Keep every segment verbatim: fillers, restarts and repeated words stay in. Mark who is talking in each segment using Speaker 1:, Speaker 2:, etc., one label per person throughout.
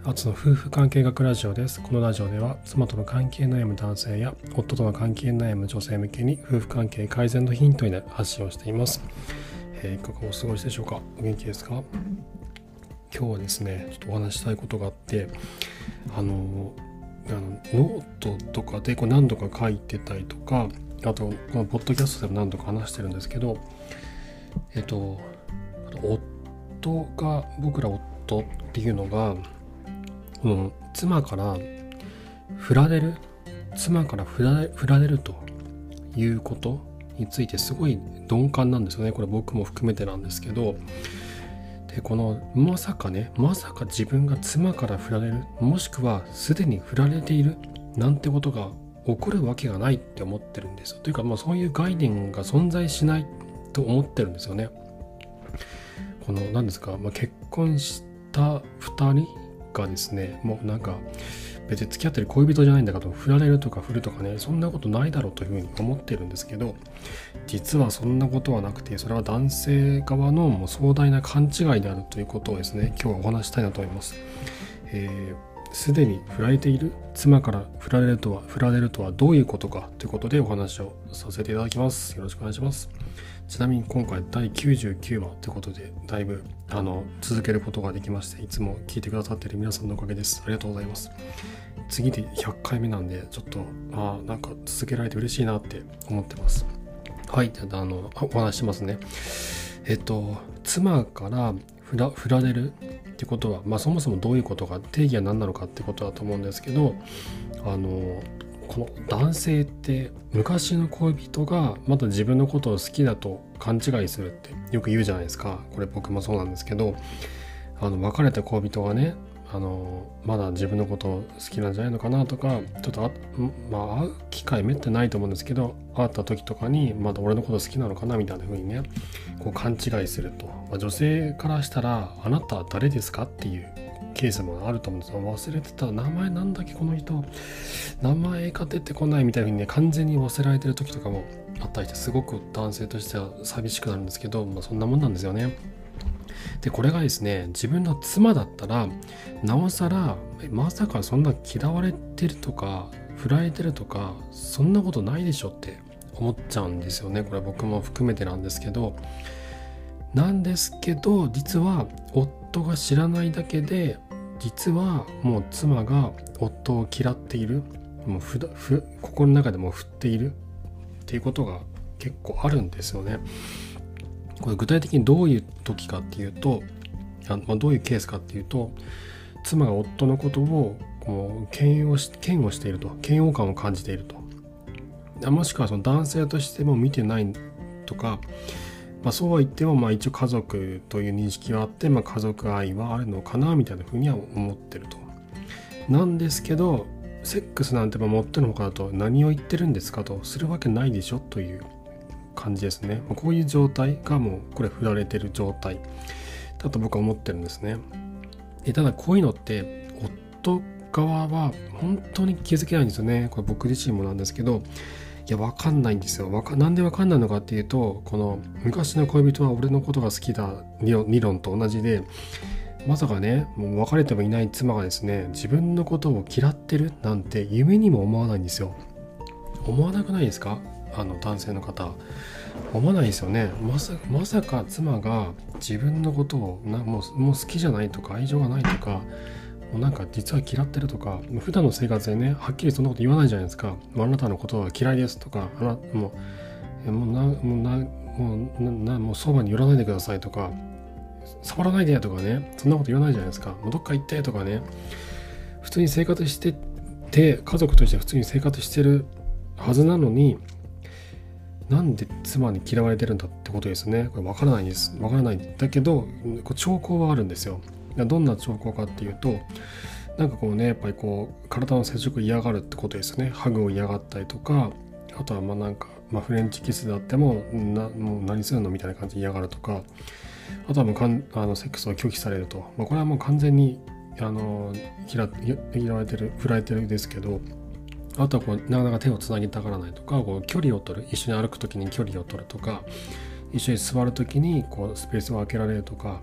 Speaker 1: アツの夫婦関係学ラジオです。このラジオでは妻との関係悩む男性や夫との関係悩む女性向けに夫婦関係改善のヒントになる発信をしています。えー、いかがお過ごしでしょうか。お元気ですか。今日はですね、ちょっとお話ししたいことがあって、あのあのノートとかでこう何度か書いてたりとか、あとこのポッドキャストでも何度か話してるんですけど、えっと夫が僕ら夫っていうのが、うん、妻から振られる妻から振られ、振られるということについてすごい鈍感なんですよね。これ僕も含めてなんですけど、でこのまさかねまさか自分が妻から振られる、もしくはすでに振られているなんてことが起こるわけがないって思ってるんですよ。というか、まあ、そういう概念が存在しないと思ってるんですよね。この何ですか、まあ、結婚したふたりがですね、もうなんか別に付き合ってる恋人じゃないんだけど振られるとか振るとかね、そんなことないだろうというふうに思ってるんですけど、実はそんなことはなくて、それは男性側のもう壮大な勘違いであるということをですね、今日はお話したいなと思います。えー、すでに振られている妻から振られるとは振られるとはどういうことかということでお話をさせていただきます。よろしくお願いします。ちなみに今回だいきゅうじゅうきゅうわということで、だいぶあの続けることができまして、いつも聞いてくださっている皆さんのおかげです。ありがとうございます。次でひゃっかいめなんで、ちょっとあなんか続けられて嬉しいなって思ってます。はい、じゃあ、あのお話しますね。えっと妻から振ら、振られるってことは、まあ、そもそもどういうことか、定義は何なのかってことだと思うんですけど、あのこの男性って昔の恋人がまだ自分のことを好きだと勘違いするってよく言うじゃないですか。これ僕もそうなんですけど、あの別れた恋人がね、あのまだ自分のことを好きなんじゃないのかなとか、ちょっとあ、まあ、会う機会めってないと思うんですけど、会った時とかにまだ俺のこと好きなのかなみたいな風にね、こう勘違いすると、まあ、女性からしたらあなたは誰ですかっていうケースもあると思うんですよ。忘れてた、名前なんだっけこの人、名前が出てこないみたいにね、完全に忘れられてる時とかもあったりして、すごく男性としては寂しくなるんですけど、まあ、そんなもんなんですよね。でこれがですね、自分の妻だったらなおさら、まさかそんな嫌われてるとか振られてるとかそんなことないでしょって思っちゃうんですよね。これは僕も含めてなんですけど、なんですけど実は夫が知らないだけで、実はもう妻が夫を嫌っている、もうふだふ心の中でも振っているっていうことが結構あるんですよね。これ具体的にどういう時かっていうと、あまあ、どういうケースかっていうと、妻が夫のことをこう嫌悪し嫌悪していると、嫌悪感を感じていると、もしくはその男性としても見てないとか、まあ、そうは言ってもまあ一応家族という認識はあって、まあ、家族愛はあるのかなみたいなふうには思ってると。なんですけど、セックスなんてもってのほかだと何を言ってるんですかと、するわけないでしょという感じですね。こういう状態がもうこれ振られてる状態だと僕は思ってるんですね。でただこういうのって夫側は本当に気づけないんですよね。これ僕自身もなんですけど、いや分かんないんですよ。わかなんで分かんないのかっていうと、この昔の恋人は俺のことが好きだ理論と同じで、まさかね、もう別れてもいない妻がですね、自分のことを嫌ってるなんて夢にも思わないんですよ。思わなくないですか？あの男性の方思わないですよね。まさまさか妻が自分のことをなもう、もう好きじゃないとか愛情がないとか、もうなんか実は嫌ってるとか、普段の生活でねはっきりそんなこと言わないじゃないですか。あなたのことは嫌いですとか、あなもうもうなもうなもうなもうそばに寄らないでくださいとか、触らないでとかね、そんなこと言わないじゃないですか。もうどっか行ってとかね、普通に生活してて、家族として普通に生活してるはずなのに、なんで妻に嫌われてるんだってことですね。これ分からないです。分からないんだけど、こう兆候はあるんですよ。どんな兆候かっていうと、なんかこうね、やっぱりこう体の接触嫌がるってことですよね。ハグを嫌がったりとか、あとはまあなんか、まあ、フレンチキスであってもなもう何するのみたいな感じで嫌がるとか、あとはもうかんあのセックスを拒否されると、まあ、これはもう完全にあの嫌われてる振られてるですけど、あとはこうなかなか手をつなぎたがらないとか、こう距離を取る、一緒に歩くときに距離を取るとか、一緒に座るときにこうスペースを空けられるとか、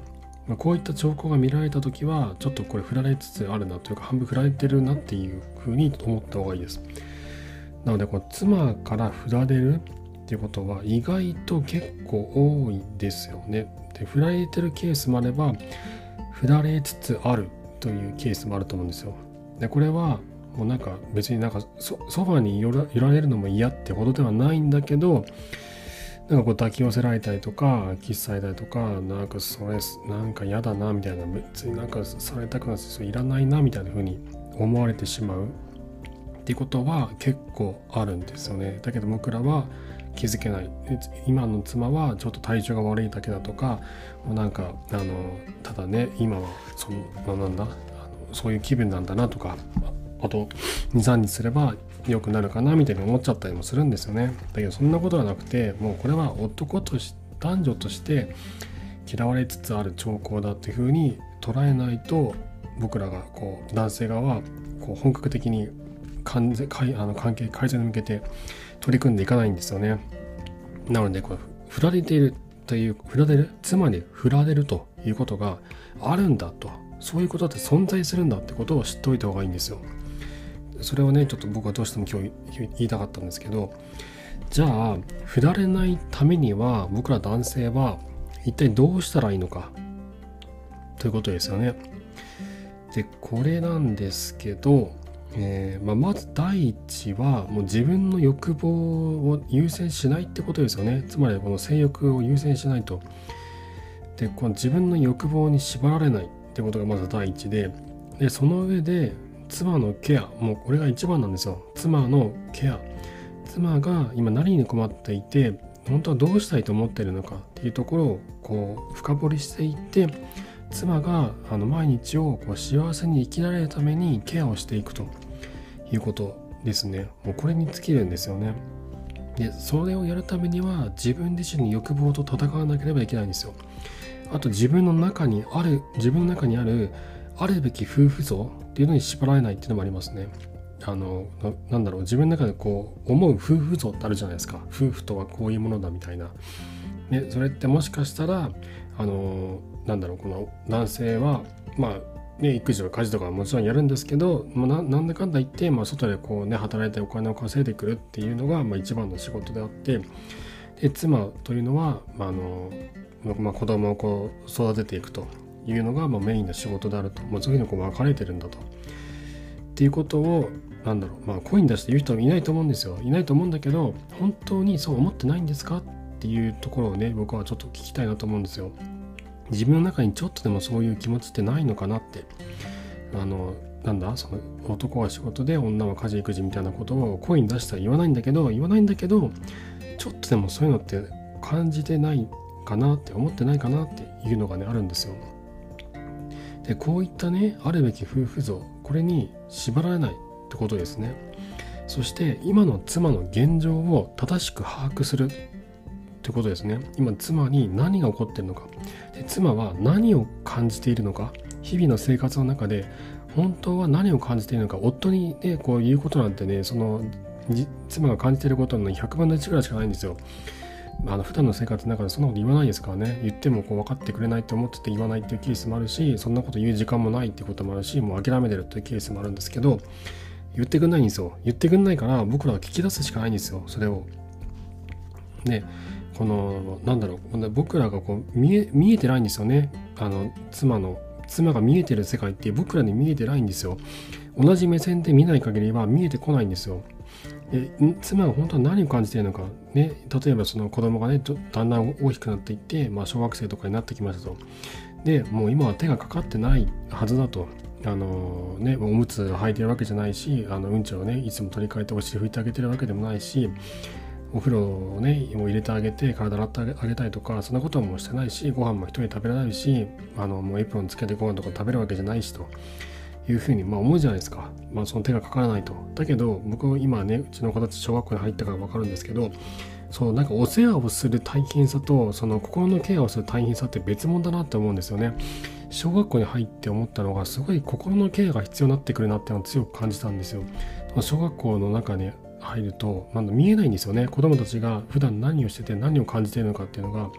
Speaker 1: まあ、こういった兆候が見られた時はちょっとこれ振られつつあるなというか、半分振られてるなっていうふうに思った方がいいです。なのでこの妻から振られるっていうことは意外と結構多いですよね。で、振られてるケースもあれば振られつつあるというケースもあると思うんですよ。で、これはもうなんか別になんか そ, そばに寄られるのも嫌ってほどではないんだけど、なんかこう抱き寄せられたりとかキスされたりとか、なんかそれなんか嫌だなみたいな、別になんかされたくなってそれいらないなみたいな風に思われてしまうっていうことは結構あるんですよね。だけど僕らは気づけない。今の妻はちょっと体調が悪いだけだとか、もうなんかあのただね今はそのなんだあのそういう気分なんだなとか、あと にさんにちすれば良くなるかなみたいに思っちゃったりもするんですよね。だけどそんなことはなくて、もうこれは男とし男女として嫌われつつある兆候だっていうふうに捉えないと、僕らがこう男性側はこう本格的に完全あの関係改善に向けて取り組んでいかないんですよね。なのでこれ振られているという振られる妻に振られるということがあるんだと、そういうことって存在するんだってことを知っておいた方がいいんですよ。それをねちょっと僕はどうしても今日言いたかったんですけど、じゃあ振られないためには僕ら男性は一体どうしたらいいのかということですよね。でこれなんですけど、えーまあ、まず第一はもう自分の欲望を優先しないってことですよね。つまりこの性欲を優先しないと。でこの自分の欲望に縛られないってことがまず第一で、でその上で妻のケア、もうこれが一番なんですよ。妻のケア、妻が今何に困っていて本当はどうしたいと思っているのかっていうところをこう深掘りしていって、妻があの毎日をこう幸せに生きられるためにケアをしていくということですね。もうこれに尽きるんですよね。でそれをやるためには自分自身の欲望と戦わなければいけないんですよ。あと自分の中にある自分の中にあるあるべき夫婦像っていうのに縛られないっていうのもありますね。あの な, なんだろう自分の中でこう思う夫婦像ってあるじゃないですか。夫婦とはこういうものだみたいな。でそれってもしかしたらあのなんだろうこの男性はまあね育児とか家事とかはもちろんやるんですけど、まあ、な, なんだかんだ言って、まあ、外でこうね働いてお金を稼いでくるっていうのが、まあ、一番の仕事であって、で妻というのは、まああのまあ、子供をこう育てていくというのが、まあ、メインの仕事であると、まあ、そういうのこう分かれてるんだとっていうことをなんだろう、まあ、声に出して言う人はいないと思うんですよ。いないと思うんだけど、本当にそう思ってないんですかっていうところをね僕はちょっと聞きたいなと思うんですよ。自分の中にちょっとでもそういう気持ちってないのかなって。あのなんだその男は仕事で女は家事育児みたいなことを声に出したら言わないんだけど言わないんだけどちょっとでもそういうのって感じてないかなって思ってないかなっていうのがねあるんですよ。でこういったねあるべき夫婦像、これに縛られないってことですね。そして今の妻の現状を正しく把握するってことですね。今妻に何が起こっているのか、で妻は何を感じているのか、日々の生活の中で本当は何を感じているのか、夫にねこう言うことなんてねその妻が感じていることのひゃくぶんのいちぐらいしかないんですよ。あの普段の生活の中でそんなこと言わないですからね。言ってもこう分かってくれないと思ってて言わないっていうケースもあるし、そんなこと言う時間もないっていうこともあるし、もう諦めてるっていうケースもあるんですけど、言ってくんないんですよ。言ってくんないから僕らは聞き出すしかないんですよ、それを。ね、このなんだろう僕らがこう見え見えてないんですよね。あの妻の妻が見えてる世界って僕らに見えてないんですよ。同じ目線で見ない限りは見えてこないんですよ。で妻が本当は何を感じているのか、ね、例えばその子供がねだんだん大きくなっていって、まあ、小学生とかになってきましたと。でもう今は手がかかってないはずだと。あのね、おむつ履いてるわけじゃないし、あのうんちをねいつも取り替えてお尻拭いてあげてるわけでもないし、お風呂をねもう入れてあげて体洗ってあげたいとかそんなことはもうしてないし、ご飯も一人で食べられないし、あのもうエプロンつけてご飯とか食べるわけじゃないしというふうにまあ思うじゃないですか。まあその手がかからないと。だけど僕今ねうちの子たち小学校に入ったから分かるんですけど、そうなんかお世話をする大変さとその心のケアをする大変さって別物だなって思うんですよね。小学校に入って思ったのがすごい心のケアが必要になってくるなっていうのを強く感じたんですよ。小学校の中に入るとなんだ見えないんですよね。子供たちが普段何をしてて何を感じているのかっていうのが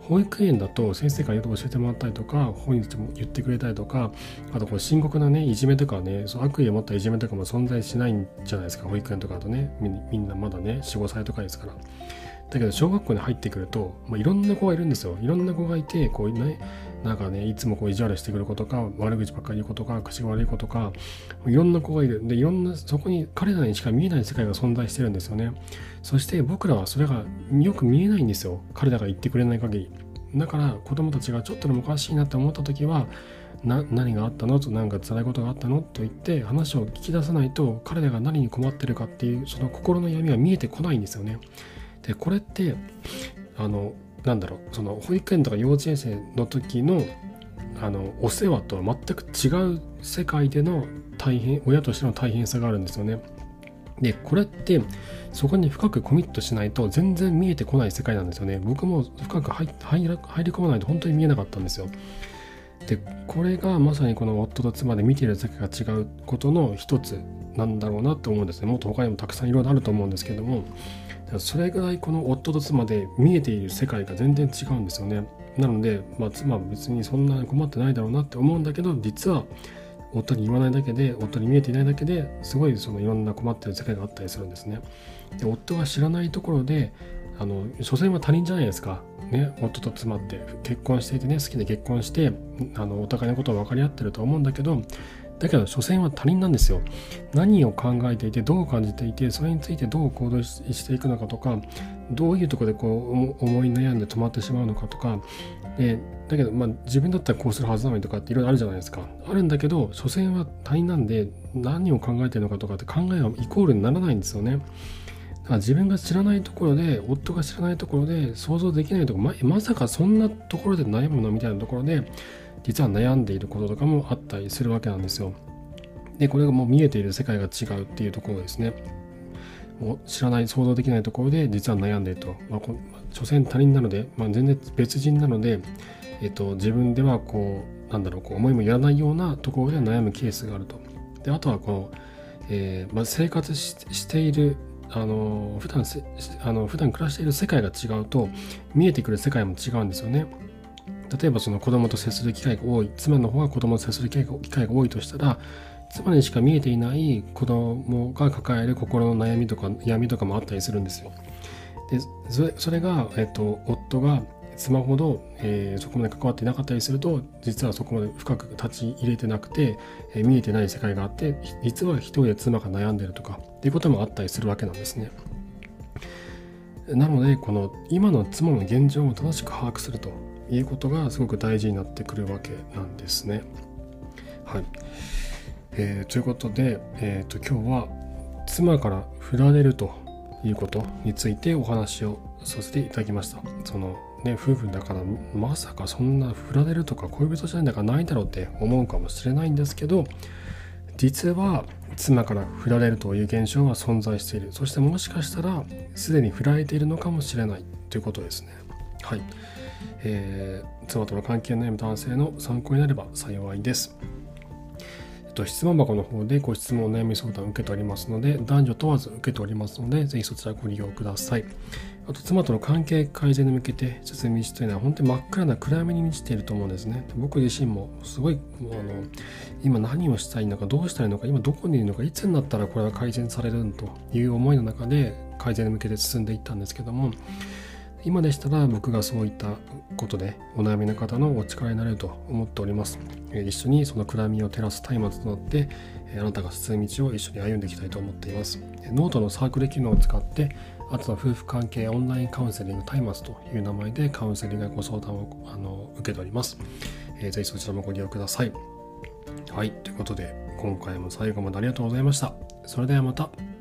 Speaker 1: 保育園だと先生からいろいろ教えてもらったりとか、本人たちも言ってくれたりとか、あとこう深刻なねいじめとかね、その悪意を持ったいじめとかも存在しないんじゃないですか。保育園とかだとね、みみんなまだねよん、ごさいとかですから。だけど小学校に入ってくると、まあ、いろんな子がいるんですよ。いろんな子がいて、こうね、なんかね、いつもこう意地悪してくる子とか、悪口ばっかり言う子とか、口が悪い子とか、いろんな子がいる。で、いろんな、そこに彼らにしか見えない世界が存在してるんですよね。そして僕らはそれがよく見えないんですよ。彼らが言ってくれない限り。だから子供たちがちょっとでもおかしいなって思った時は、な何があったのと、なんか辛いことがあったのと言って話を聞き出さないと、彼らが何に困ってるかっていうその心の闇が見えてこないんですよね。でこれってあのなんだろう、その保育園とか幼稚園生の時のあのお世話とは全く違う世界での大変、親としての大変さがあるんですよね。でこれってそこに深くコミットしないと全然見えてこない世界なんですよね。僕も深く入入り込まないと本当に見えなかったんですよ。でこれがまさにこの夫と妻で見ている世界が違うことの一つなんだろうなと思うんですね。もっと他にもたくさんいろいろあると思うんですけども、それぐらいこの夫と妻で見えている世界が全然違うんですよね。なので、まあ、妻は別にそんなに困ってないだろうなって思うんだけど、実は夫に言わないだけで、夫に見えていないだけですごいそのいろんな困っている世界があったりするんですね。で夫が知らないところで、あの所詮は他人じゃないですか、ね、夫と妻って結婚していてね、好きで結婚してあのお互いのことを分かり合ってると思うんだけど、だけど所詮は他人なんですよ。何を考えていて、どう感じていて、それについてどう行動していくのかとか、どういうところでこう思い悩んで止まってしまうのかとかで、だけどまあ自分だったらこうするはずなのにとかっていろいろあるじゃないですか。あるんだけど所詮は他人なんで、何を考えているのかとかって考えがイコールにならないんですよね。だから自分が知らないところで、夫が知らないところで、想像できないところ、ま, まさかそんなところで悩むのみたいなところで実は悩んでいることとかもあったりするわけなんですよ。でこれがもう見えている世界が違うっていうところですね。もう知らない、想像できないところで実は悩んでいると、まあ、こ所詮他人なので、まあ、全然別人なので、えっと、自分ではこうなんだろうこう思いもよらないようなところで悩むケースがあると。であとはこの、えーまあ、生活 し, しているあの普段せあの普段暮らしている世界が違うと見えてくる世界も違うんですよね。例えばその子供と接する機会が多い、妻の方が子供と接する機会が多いとしたら、妻にしか見えていない子供が抱える心の悩みとか闇とかもあったりするんですよ。でそれ、それが、えっと、夫が妻ほど、えー、そこまで関わっていなかったりすると、実はそこまで深く立ち入れてなくて、えー、見えてない世界があって、実は一人で妻が悩んでいるとかっていうこともあったりするわけなんですね。なのでこの今の妻の現状を正しく把握するということがすごく大事になってくるわけなんですね。はい、えー、ということで、えー、と今日は妻から振られるということについてお話をさせていただきました。そのね、夫婦だからまさかそんな振られるとか恋人じゃないんだからないだろうって思うかもしれないんですけど、実は妻から振られるという現象は存在している。そしてもしかしたらすでに振られているのかもしれないということですね。はい、えー、妻との関係の悩む男性の参考になれば幸いです。質問箱の方でご質問お悩み相談を受けておりますので、男女問わず受けておりますので、ぜひそちらご利用ください。あと妻との関係改善に向けて進む道というのは本当に真っ暗な暗闇に満ちていると思うんですね。僕自身もすごいあの今何をしたいのか、どうしたいのか、今どこにいるのか、いつになったらこれが改善されるんという思いの中で改善に向けて進んでいったんですけども、今でしたら僕がそういったことでお悩みの方のお力になれると思っております。一緒にその暗闇を照らす松明となってあなたが進む道を一緒に歩んでいきたいと思っています。ノートのサークル機能を使って、あとは夫婦関係オンラインカウンセリング松明という名前でカウンセリングやご相談をあの受けております。えー、ぜひそちらもご利用ください。はい、ということで今回も最後までありがとうございました。それではまた。